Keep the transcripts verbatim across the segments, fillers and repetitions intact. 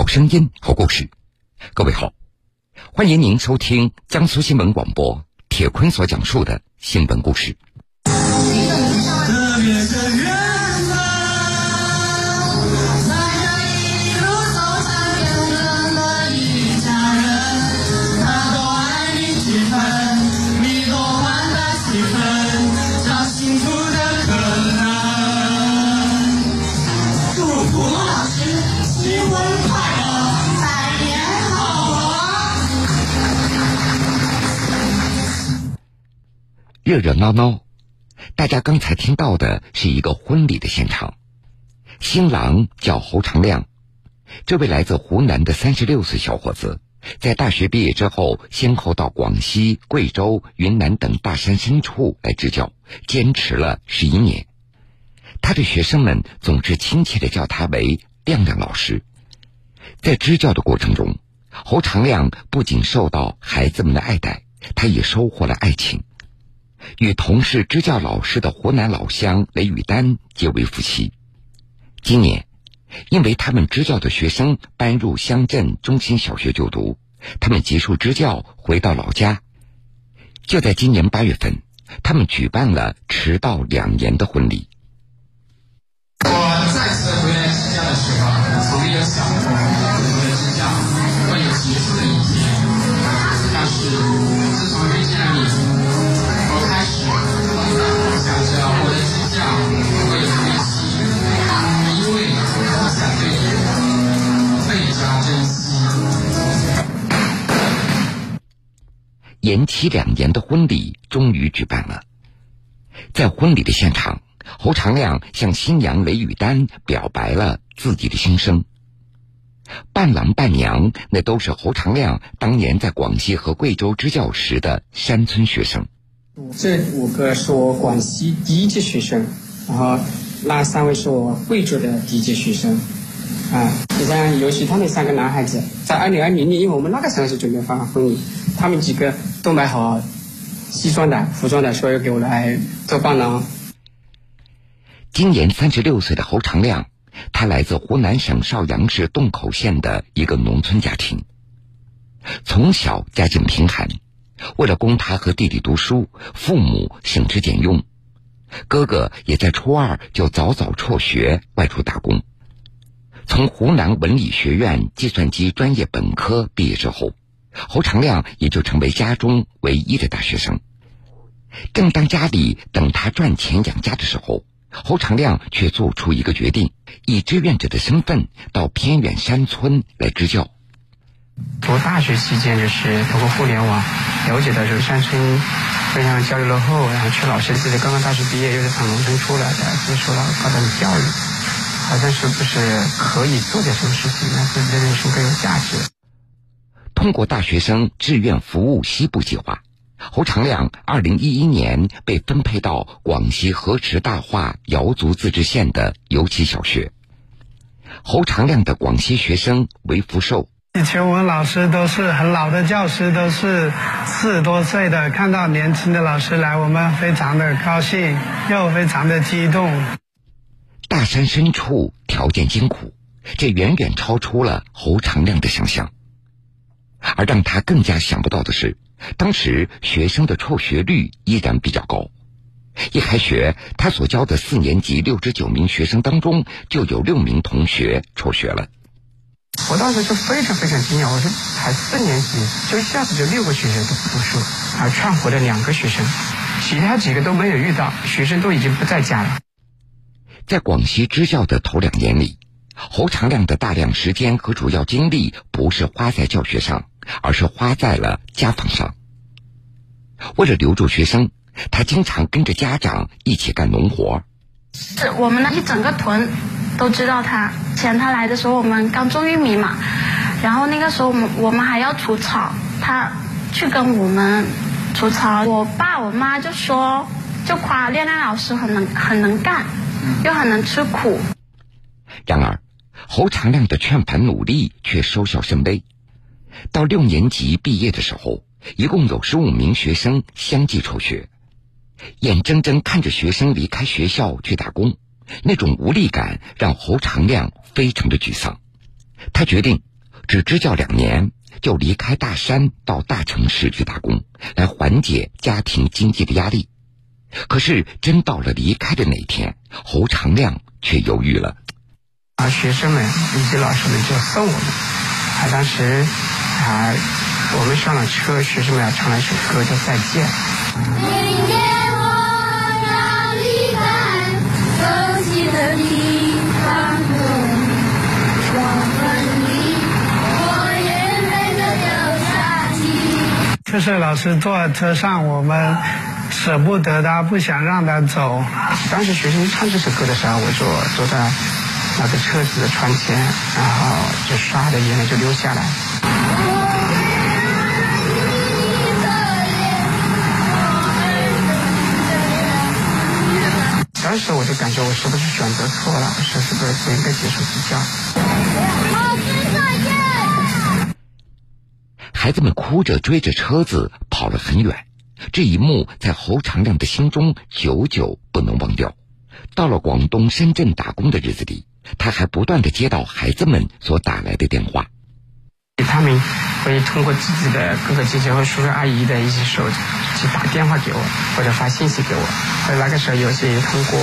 声音，好故事。各位好，欢迎您收听江苏新闻广播铁坤所讲述的新闻故事。热热闹闹，大家刚才听到的是一个婚礼的现场。新郎叫侯长亮，这位来自湖南的三十六岁小伙子，在大学毕业之后，先后到广西、贵州、云南等大山深处来支教，坚持了十一年。他的学生们总是亲切地叫他为亮亮老师。在支教的过程中，侯长亮不仅受到孩子们的爱戴，他也收获了爱情。与同是支教老师的湖南老乡雷雨丹结为夫妻。今年，因为他们支教的学生搬入乡镇中心小学就读，他们结束支教回到老家。就在今年八月份，他们举办了迟到两年的婚礼。 我再次回来支教的时候，从没有想过我的支教会有结束的一天，但是自从遇见了你，我开始想着我的支教会有归期，因为我想对你倍加珍惜。 延期两年的婚礼终于举办了。在婚礼的现场，侯长亮向新娘雷雨丹表白了自己的心声。伴郎伴娘那都是侯长亮当年在广西和贵州支教时的山村学生。 这五个是我广西第一届学生，然后那三位是我贵州的第一届学生啊。你像尤其他们三个男孩子，在二零二零年，因为我们那个时候是准备办婚礼，他们几个都买好西装的、服装的，说要给我来做伴郎。 今年三十六岁的侯长亮，他来自湖南省邵阳市洞口县的一个农村家庭，从小家境贫寒，为了供他和弟弟读书，父母省吃俭用。哥哥也在初二就早早辍学外出打工。从湖南文理学院计算机专业本科毕业之后，侯长亮也就成为家中唯一的大学生。正当家里等他赚钱养家的时候，侯长亮却做出一个决定，以志愿者的身份到偏远山村来支教。 读大学期间就是通过互联网了解到这个山村非常教育落后，然后去老师自己刚刚大学毕业又是从农村出来的，接受了高等教育，好像是不是可以做点什么事情，让自己的人生更有价值。 通过大学生志愿服务西部计划，侯长亮二零一一年被分配到广西河池大化瑶族自治县的尤其小学。侯长亮的广西学生为福寿。 以前我们老师都是很老的教师，都是四十多岁的，看到年轻的老师来，我们非常的高兴，又非常的激动。 大山深处条件艰苦，这远远超出了侯长亮的想象。而让他更加想不到的是，当时学生的辍学率依然比较高。一开学，他所教的四年级六十九名学生当中，就有六名同学辍学了。 我当时就非常非常惊讶，我说才四年级，就一下子就六个学生都不读书，而劝回了两个学生，其他几个都没有遇到，学生都已经不在家了。 在广西支教的头两年里，侯长亮的大量时间和主要精力不是花在教学上，而是花在了家访上。为了留住学生，他经常跟着家长一起干农活。 是我们那一整个屯都知道他。前他来的时候，我们刚种玉米嘛，然后那个时候我们我们还要除草，他去跟我们除草。我爸我妈就说，就夸亮亮老师很能很能干，又很能吃苦。 然而，侯长亮的劝盘努力却收效甚微。到六年级毕业的时候，一共有十五名学生相继辍学。眼睁睁看着学生离开学校去打工，那种无力感让侯长亮非常的沮丧。他决定只支教两年就离开大山到大城市去打工，来缓解家庭经济的压力。可是真到了离开的那天，侯长亮却犹豫了。 啊，学生们以及老师们就送我们，啊，当时啊，我们上了车，学生们要唱了一首歌叫《再见》。 迎接我要离开熟悉的地方，我们离我也没得丢下去。 就是老师坐在车上，我们舍不得他，不想让他走。 当时学生唱这首歌的时候，我就坐在那个车子的窗前，然后就唰的眼泪就流下来。当时我就感觉我是不是选择错了，我是是不是不应该结束支教。 老师再见。 孩子们哭着追着车子跑了很远，这一幕在侯长亮的心中久久不能忘掉。到了广东深圳打工的日子里，他还不断地接到孩子们所打来的电话。 他们会通过自己的哥哥姐姐或叔叔阿姨的一些手机打电话给我，或者发信息给我。或者那个时候有些通过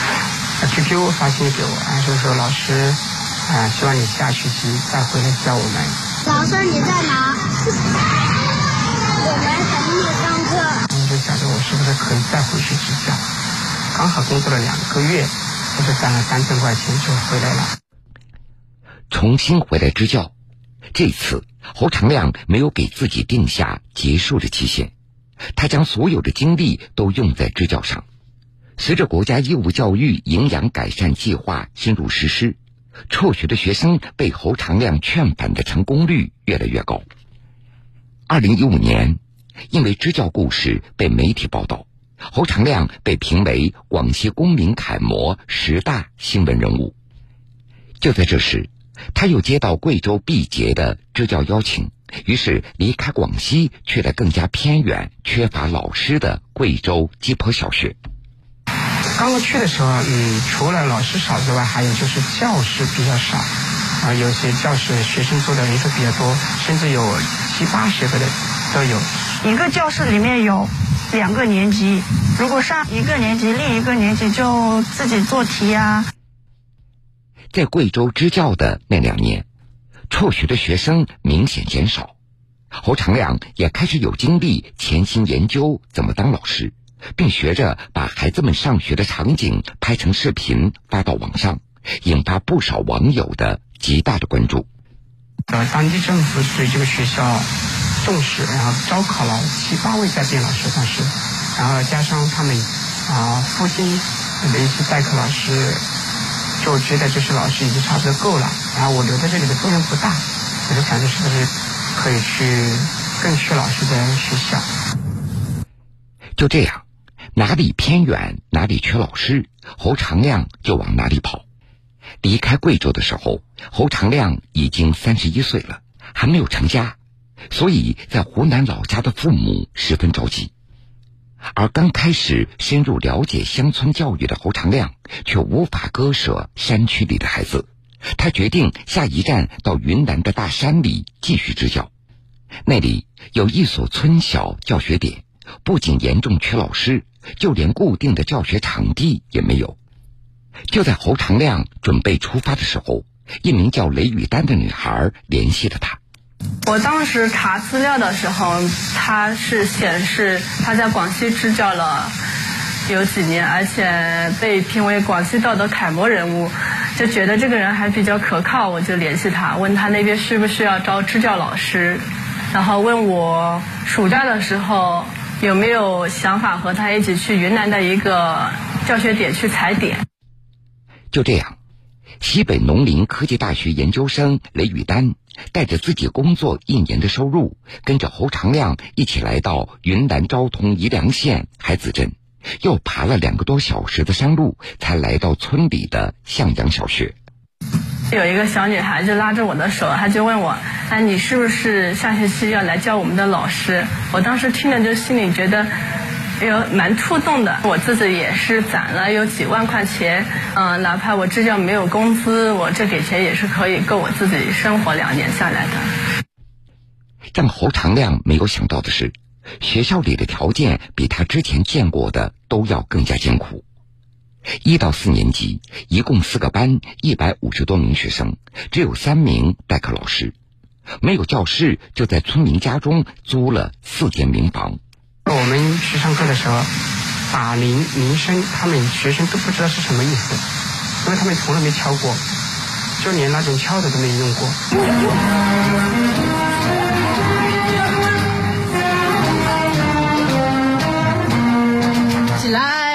Q Q 发信息给我，然后说老师啊，希望你下学期再回来教我们。 老师你在哪？我们等你上课。 我就想着我是不是可以再回去支教，刚好工作了两个月，我就攒了三千块钱就回来了。 重新回来支教，这次侯长亮没有给自己定下结束的期限，他将所有的精力都用在支教上。随着国家义务教育营养改善计划深入实施，辍学的学生被侯长亮劝返的成功率越来越高。二零一五年，因为支教故事被媒体报道，侯长亮被评为广西公民楷模十大新闻人物。就在这时，他又接到贵州毕节的支教邀请，于是离开广西，去了更加偏远、缺乏老师的贵州鸡坡小学。 刚刚去的时候，嗯，除了老师少之外，还有就是教室比较少，啊，有些教室学生坐的人数比较多，甚至有七八十个的都有。 一个教室里面有两个年级，如果上一个年级，另一个年级就自己做题啊。 在贵州支教的那两年，辍学的学生明显减少，侯长亮也开始有精力潜心研究怎么当老师，并学着把孩子们上学的场景拍成视频发到网上，引发不少网友的极大的关注。 呃，当地政府对这个学校重视，然后招考了七八位在编老师，当时，然后加上他们啊附近的一些代课老师，就觉得就是老师已经差不多够了，然后我留在这里的作用不大，我就想着是不是可以去更缺老师的学校。 就这样，哪里偏远哪里缺老师，侯长亮就往哪里跑。离开贵州的时候，侯长亮已经三十一岁了，还没有成家，所以在湖南老家的父母十分着急。而刚开始深入了解乡村教育的侯长亮却无法割舍山区里的孩子，他决定下一站到云南的大山里继续支教。那里有一所村小教学点，不仅严重缺老师，就连固定的教学场地也没有。就在侯长亮准备出发的时候，一名叫雷雨丹的女孩联系了他。 我当时查资料的时候，他是显示他在广西支教了有几年，而且被评为广西道德楷模人物，就觉得这个人还比较可靠，我就联系他，问他那边需不需要招支教老师，然后问我暑假的时候有没有想法和他一起去云南的一个教学点去踩点。 就这样，西北农林科技大学研究生雷雨丹带着自己工作一年的收入，跟着侯长亮一起来到云南昭通宜良县海子镇，又爬了两个多小时的山路，才来到村里的向阳小学。 有一个小女孩就拉着我的手，她就问我，哎，你是不是下学期要来教我们的老师？我当时听了就心里觉得有蛮触动的。我自己也是攒了有几万块钱，嗯、呃，哪怕我支教没有工资，我这点钱也是可以够我自己生活两年下来的。 让侯长亮没有想到的是，学校里的条件比他之前见过的都要更加艰苦。一到四年级，一共四个班，一百五十多名学生，只有三名代课老师，没有教室，就在村民家中租了四间民房。 我们去上课的时候，打铃铃声，他们学生都不知道是什么意思，因为他们从来没敲过，就连那种敲的都没用过。 起来！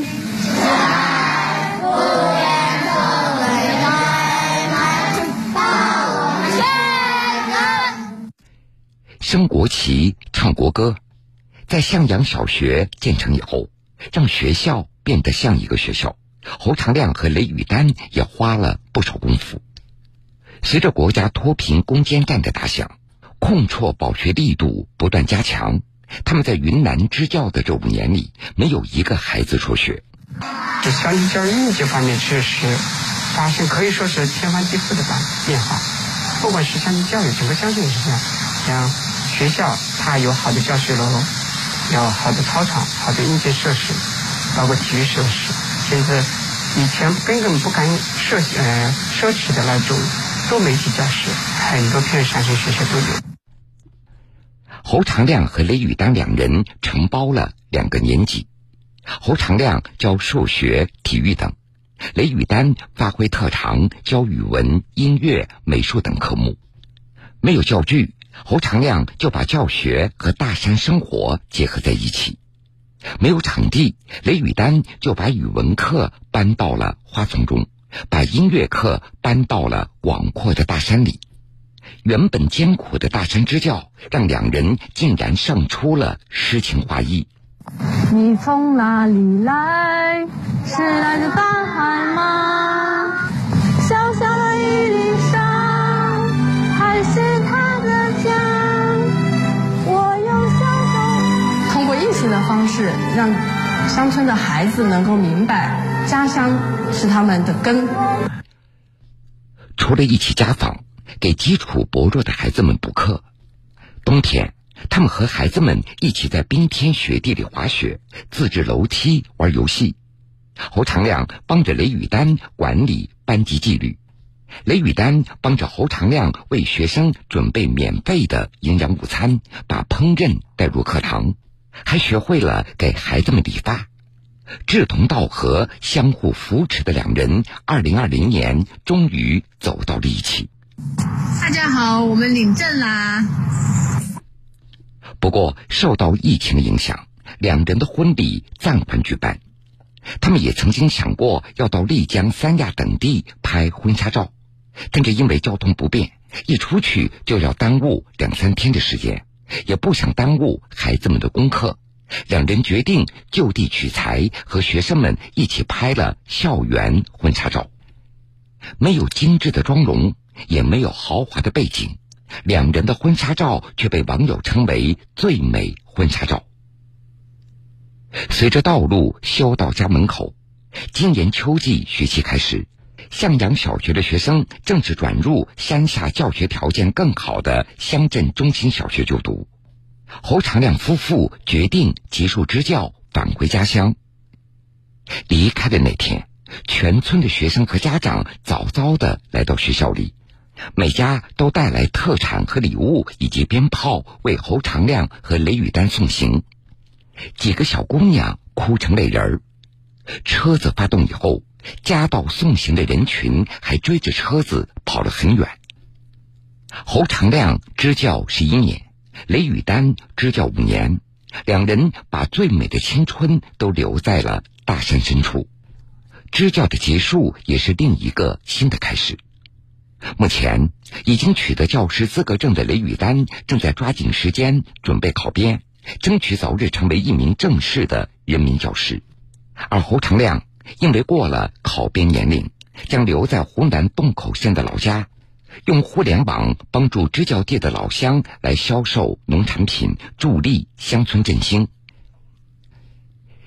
升国旗，唱国歌，在向阳小学建成以后，让学校变得像一个学校。侯长亮和雷雨丹也花了不少功夫。随着国家脱贫攻坚战的打响，控辍保学力度不断加强，他们在云南支教的这五年里，没有一个孩子辍学。 就乡级教育应届方面确实发生可以说是天翻地覆的变化，不管是乡级教育，整个乡镇也是这样。像学校它有好的教学楼，有好的操场，好的硬件设施，包括体育设施，甚至以前根本不敢设呃奢侈的那种多媒体教室，很多片乡镇学校都有。 侯长亮和雷雨丹两人承包了两个年级，侯长亮教数学、体育等，雷雨丹发挥特长教语文、音乐、美术等科目。没有教具，侯长亮就把教学和大山生活结合在一起。没有场地，雷雨丹就把语文课搬到了花丛中，把音乐课搬到了广阔的大山里。原本艰苦的大山支教，让两人竟然胜出了诗情画意。 你从哪里来？是来自大海吗？小小的一粒沙，还是他的家？我用小手。 通过艺术的方式，让乡村的孩子能够明白家乡是他们的根。 除了一起家访，给基础薄弱的孩子们补课，冬天他们和孩子们一起在冰天雪地里滑雪，自制楼梯，玩游戏。侯长亮帮着雷雨丹管理班级纪律，雷雨丹帮着侯长亮为学生准备免费的营养午餐，把烹饪带入课堂，还学会了给孩子们理发。志同道合、相互扶持的两人，二零二零年终于走到了一起。 大家好，我们领证啦。 不过受到疫情的影响，两人的婚礼暂缓举办。他们也曾经想过要到丽江、三亚等地拍婚纱照，但是因为交通不便，一出去就要耽误两三天的时间，也不想耽误孩子们的功课。两人决定就地取材，和学生们一起拍了校园婚纱照。没有精致的妆容，也没有豪华的背景，两人的婚纱照却被网友称为最美婚纱照。随着道路修到家门口，今年秋季学期开始，向阳小学的学生正式转入乡下教学条件更好的乡镇中心小学就读。侯长亮夫妇决定结束支教，返回家乡。离开的那天，全村的学生和家长早早地来到学校里，每家都带来特产和礼物以及鞭炮，为侯长亮和雷雨丹送行。几个小姑娘哭成泪人儿。车子发动以后，夹道送行的人群还追着车子跑了很远。侯长亮支教十一年，雷雨丹支教五年，两人把最美的青春都留在了大山深处。支教的结束也是另一个新的开始。目前已经取得教师资格证的雷雨丹正在抓紧时间准备考编，争取早日成为一名正式的人民教师。而侯长亮因为过了考编年龄，将留在湖南洞口县的老家，用互联网帮助支教地的老乡来销售农产品，助力乡村振兴。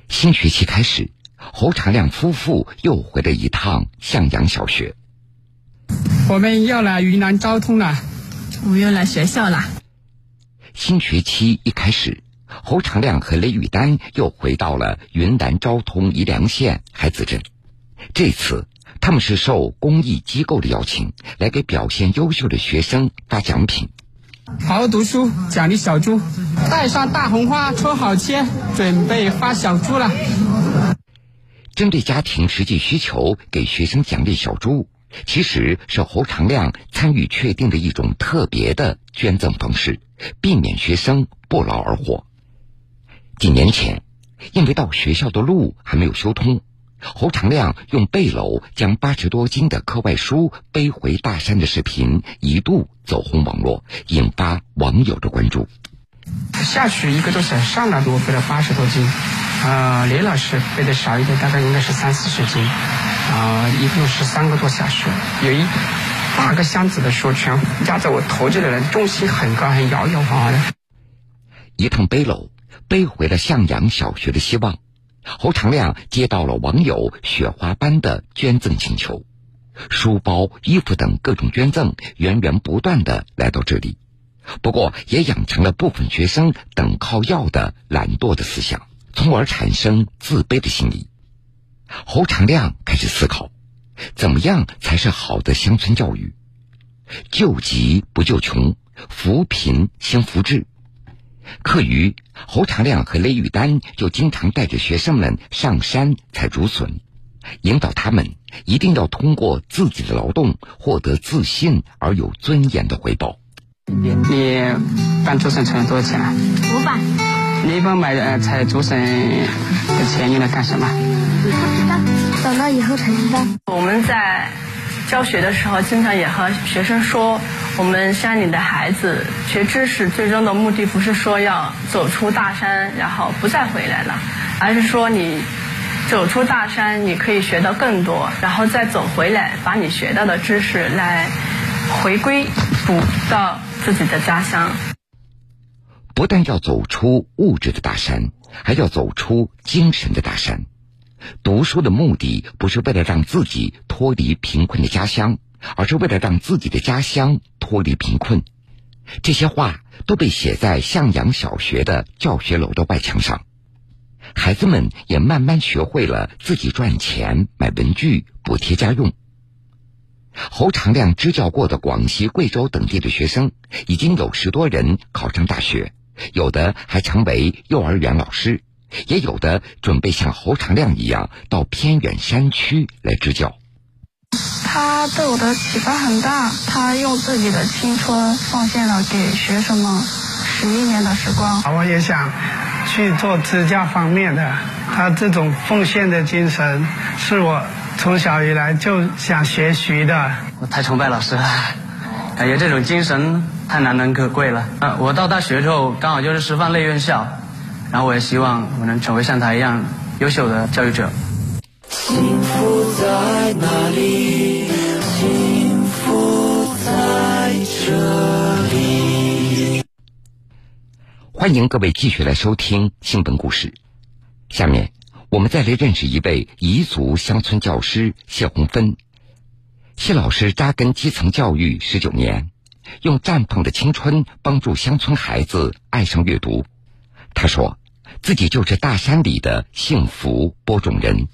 新学期开始，侯长亮夫妇又回了一趟向阳小学。 我们要来云南昭通了， 我们又来学校了。 新学期一开始，侯长亮和雷雨丹又回到了云南昭通宜良县海子镇。这次他们是受公益机构的邀请，来给表现优秀的学生发奖品。 好好读书，奖励小猪，带上大红花，抽好签，准备发小猪了。 针对家庭实际需求给学生奖励小猪，其实是侯长亮参与确定的一种特别的捐赠方式，避免学生不劳而获。几年前，因为到学校的路还没有修通，侯长亮用背篓将八十多斤的课外书背回大山的视频一度走红网络，引发网友的关注。 下去一个多小时，上来我背了八十多斤，呃，雷老师背的少一点，大概应该是三四十斤，啊、呃，一共是三个多小时，有一大个箱子的书全压在我头这里了，重心很高，很摇摇晃晃的。 一趟背篓背回了向阳小学的希望。侯长亮接到了网友雪花般的捐赠请求，书包、衣服等各种捐赠源源不断的来到这里，不过也养成了部分学生等靠要的懒惰的思想，从而产生自卑的心理。侯长亮开始思考，怎么样才是好的乡村教育？救急不救穷，扶贫先扶志。课余，侯长亮和雷雨丹就经常带着学生们上山采竹笋，引导他们一定要通过自己的劳动获得自信而有尊严的回报。 你搬竹笋存了多少钱啊？ 五百。 你一般买呃采竹笋的钱用来干什么？ 不知道，等到以后才知道。 我们在教学的时候，经常也和学生说，我们山里的孩子学知识最终的目的不是说要走出大山然后不再回来了，而是说你走出大山你可以学到更多，然后再走回来，把你学到的知识来回归补到自己的家乡。 不但要走出物质的大山，还要走出精神的大山。读书的目的不是为了让自己脱离贫困的家乡，而是为了让自己的家乡脱离贫困。这些话都被写在向阳小学的教学楼的外墙上。孩子们也慢慢学会了自己赚钱买文具补贴家用。侯长亮支教过的广西、贵州等地的学生已经有十多人考上大学，有的还成为幼儿园老师，也有的准备像侯长亮一样到偏远山区来支教。 他对我的启发很大，他用自己的青春奉献了给学生们十一年的时光。 我也想去做支教方面的，他这种奉献的精神是我从小以来就想学习的。 我太崇拜老师了，感觉这种精神太难能可贵了。呃，我到大学之后刚好就是师范类院校，然后我也希望我能成为像他一样优秀的教育者。 幸福在哪里？幸福在这里。 欢迎各位继续来收听新闻故事。下面我们再来认识一位彝族乡村教师谢红芬。谢老师扎根基层教育十九年，用绽放的青春帮助乡村孩子爱上阅读。他说自己就是大山里的幸福播种人。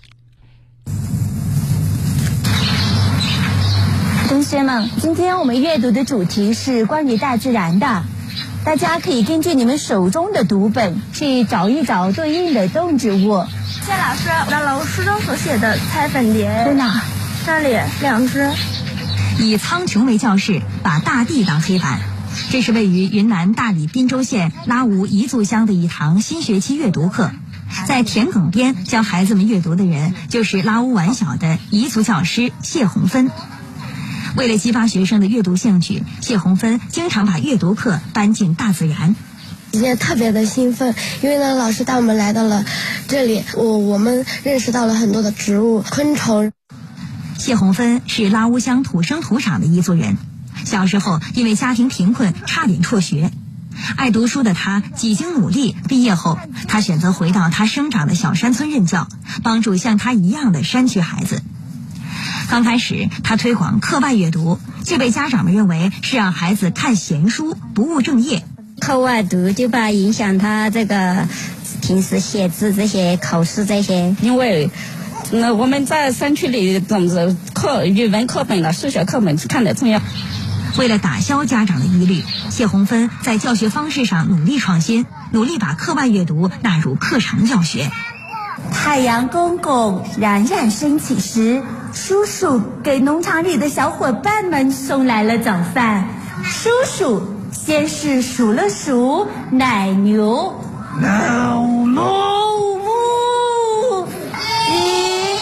同学们，今天我们阅读的主题是关于大自然的，大家可以根据你们手中的读本去找一找对应的动植物。 谢老师，我的楼书中所写的采粉蝶在哪？ 这里两只。 以苍穹为教室，把大地当黑板。这是位于云南大理滨州县拉吴彝族乡的一堂新学期阅读课。在田埂边教孩子们阅读的人，就是拉乌皖小的彝族教师谢红芬。为了激发学生的阅读兴趣，谢红芬经常把阅读课搬进大自然。 也特别的兴奋，因为呢，老师带我们来到了这里，我我们认识到了很多的植物、昆虫。 谢红芬是拉乌乡土生土长的彝族人，小时候因为家庭贫困差点辍学， 爱读书的他几经努力，毕业后他选择回到他生长的小山村任教，帮助像他一样的山区孩子。刚开始他推广课外阅读，就被家长们认为是让孩子看闲书，不务正业。 课外读就怕影响他这个平时写字这些考试这些，因为那我们在山区里总是课语文课本了、数学课本看得重要。 为了打消家长的疑虑，谢鸿芬在教学方式上努力创新，努力把课外阅读纳入课程教学。 太阳公公冉冉升起时，叔叔给农场里的小伙伴们送来了早饭。叔叔先是数了数奶牛，老罗乌一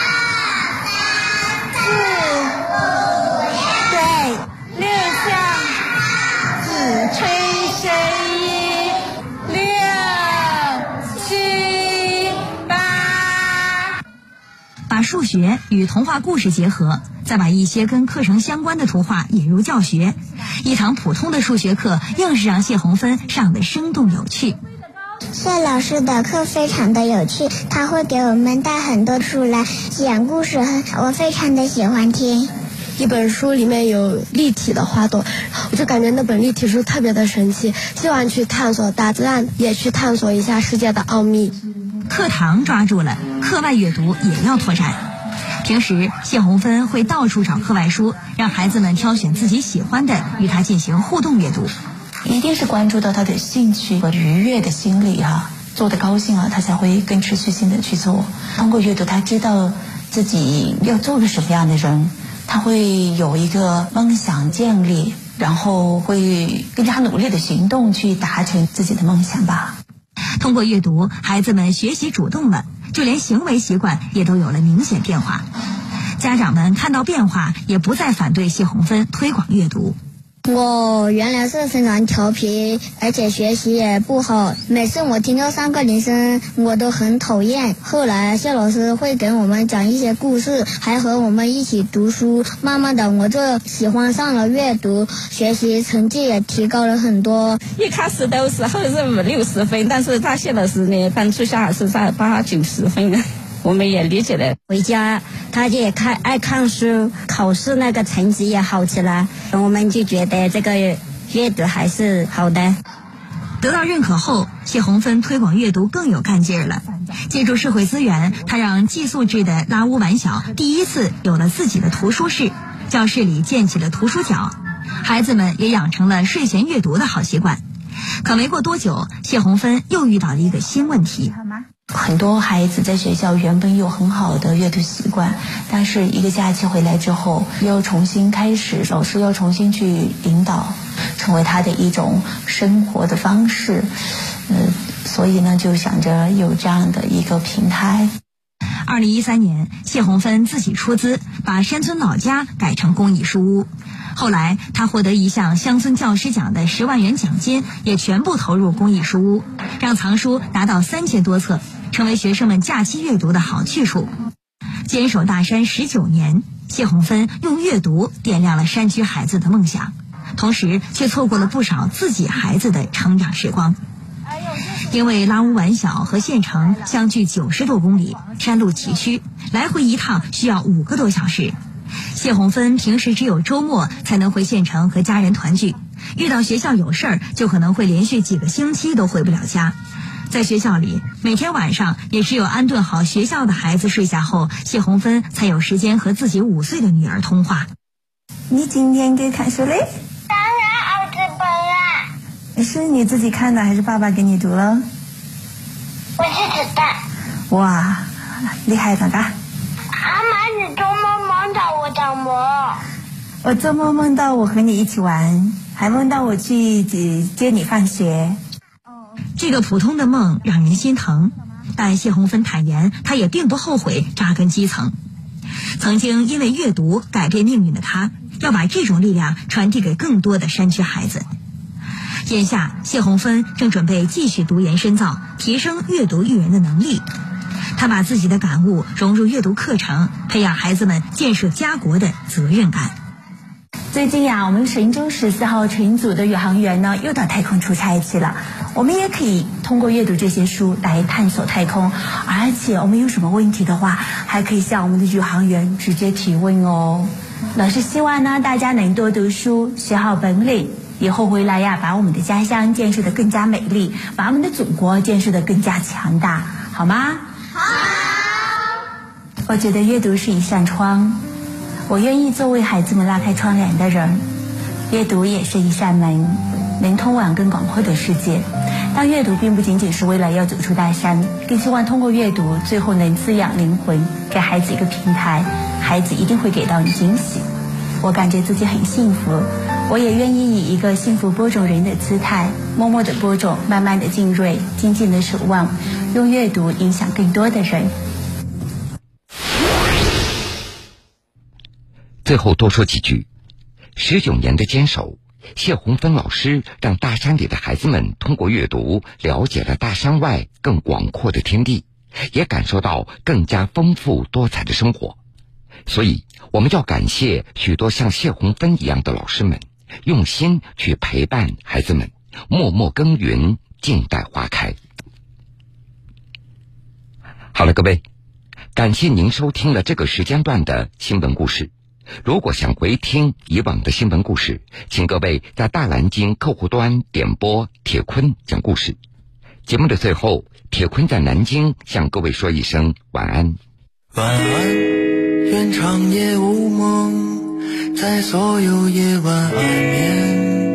四对六项子吹声一六七八， 把数学与童话故事结合，再把一些跟课程相关的图画引入教学，一堂普通的数学课硬是让谢鸿芬上得生动有趣。 谢老师的课非常的有趣，他会给我们带很多书来讲故事，我非常的喜欢听。 一本书里面有立体的花朵，我就感觉那本立体书特别的神奇，希望去探索大自然，也去探索一下世界的奥秘。 课堂抓住了，课外阅读也要拓展。平时谢鸿芬会到处找课外书，让孩子们挑选自己喜欢的，与他进行互动阅读。 一定是关注到他的兴趣和愉悦的心理啊，做得高兴啊，他才会更持续性的去做。通过阅读，他知道自己要做个什么样的人，他会有一个梦想建立，然后会更加努力的行动去达成自己的梦想吧。 通过阅读，孩子们学习主动了，就连行为习惯也都有了明显变化。家长们看到变化，也不再反对谢鸿芬推广阅读。 我原来是非常调皮，而且学习也不好，每次我听到上课铃声我都很讨厌。后来谢老师会给我们讲一些故事，还和我们一起读书，慢慢的我就喜欢上了阅读，学习成绩也提高了很多。 一开始的时候是五六十分，但是他谢老师呢班初下是在八九十分，我们也理解了。回家他也看爱看书，考试那个成绩也好起来，我们就觉得这个阅读还是好的。 得到认可后，谢鸿芬推广阅读更有干劲儿了。借助社会资源，他让寄宿制的拉乌晚小第一次有了自己的图书室，教室里建起了图书角，孩子们也养成了睡前阅读的好习惯。可没过多久，谢鸿芬又遇到了一个新问题。 很多孩子在学校原本有很好的阅读习惯，但是一个假期回来之后，要重新开始，老师要重新去引导，成为他的一种生活的方式。呃，所以呢，就想着有这样的一个平台。 二零一三年，谢鸿芬自己出资，把山村老家改成公益书屋。后来，他获得一项乡村教师奖的十万元奖金，也全部投入公益书屋，让藏书达到三千多册，成为学生们假期阅读的好去处。坚守大山十九年，谢鸿芬用阅读点亮了山区孩子的梦想，同时却错过了不少自己孩子的成长时光。因为拉乌晚小和县城相距九十多公里，山路崎岖，来回一趟需要五个多小时。谢鸿芬平时只有周末才能回县城和家人团聚，遇到学校有事儿，就可能会连续几个星期都回不了家。在学校里，每天晚上也只有安顿好学校的孩子睡下后，谢鸿芬才有时间和自己五岁的女儿通话。 你今天给看书嘞？ 当然儿子本啊。 是你自己看的还是爸爸给你读了？ 我自己的。 哇，厉害的嘎！ 阿妈，你周末梦到我怎么？ 我周末梦到我和你一起玩，还梦到我去接你放学。 这个普通的梦让人心疼，但谢鸿芬坦言，她也并不后悔扎根基层。曾经因为阅读改变命运的她，要把这种力量传递给更多的山区孩子。眼下，谢鸿芬正准备继续读研深造，提升阅读育人的能力。她把自己的感悟融入阅读课程，培养孩子们建设家国的责任感。 最近呀、啊，我们神舟十四号乘组的宇航员呢又到太空出差去了。我们也可以通过阅读这些书来探索太空，而且我们有什么问题的话，还可以向我们的宇航员直接提问哦。老师希望呢大家能多读书，学好本领，以后回来呀，把我们的家乡建设得更加美丽，把我们的祖国建设得更加强大，好吗？好。我觉得阅读是一扇窗，我愿意作为孩子们拉开窗帘的人。阅读也是一扇门，能通往更广阔的世界。但阅读并不仅仅是为了要走出大山，更希望通过阅读最后能滋养灵魂，给孩子一个平台，孩子一定会给到你惊喜。我感觉自己很幸福，我也愿意以一个幸福播种人的姿态，默默的播种，慢慢的浸润，静静的守望，用阅读影响更多的人。 最后多说几句，十九年的坚守，谢红芬老师让大山里的孩子们通过阅读了解了大山外更广阔的天地，也感受到更加丰富多彩的生活。所以我们要感谢许多像谢红芬一样的老师们，用心去陪伴孩子们，默默耕耘，静待花开。好了，各位，感谢您收听了这个时间段的新闻故事。如果想回听以往的新闻故事，请各位在大蓝鲸客户端点播铁坤讲故事。节目的最后，铁坤在南京向各位说一声晚安。 晚安，愿长夜无梦，在所有夜晚安眠。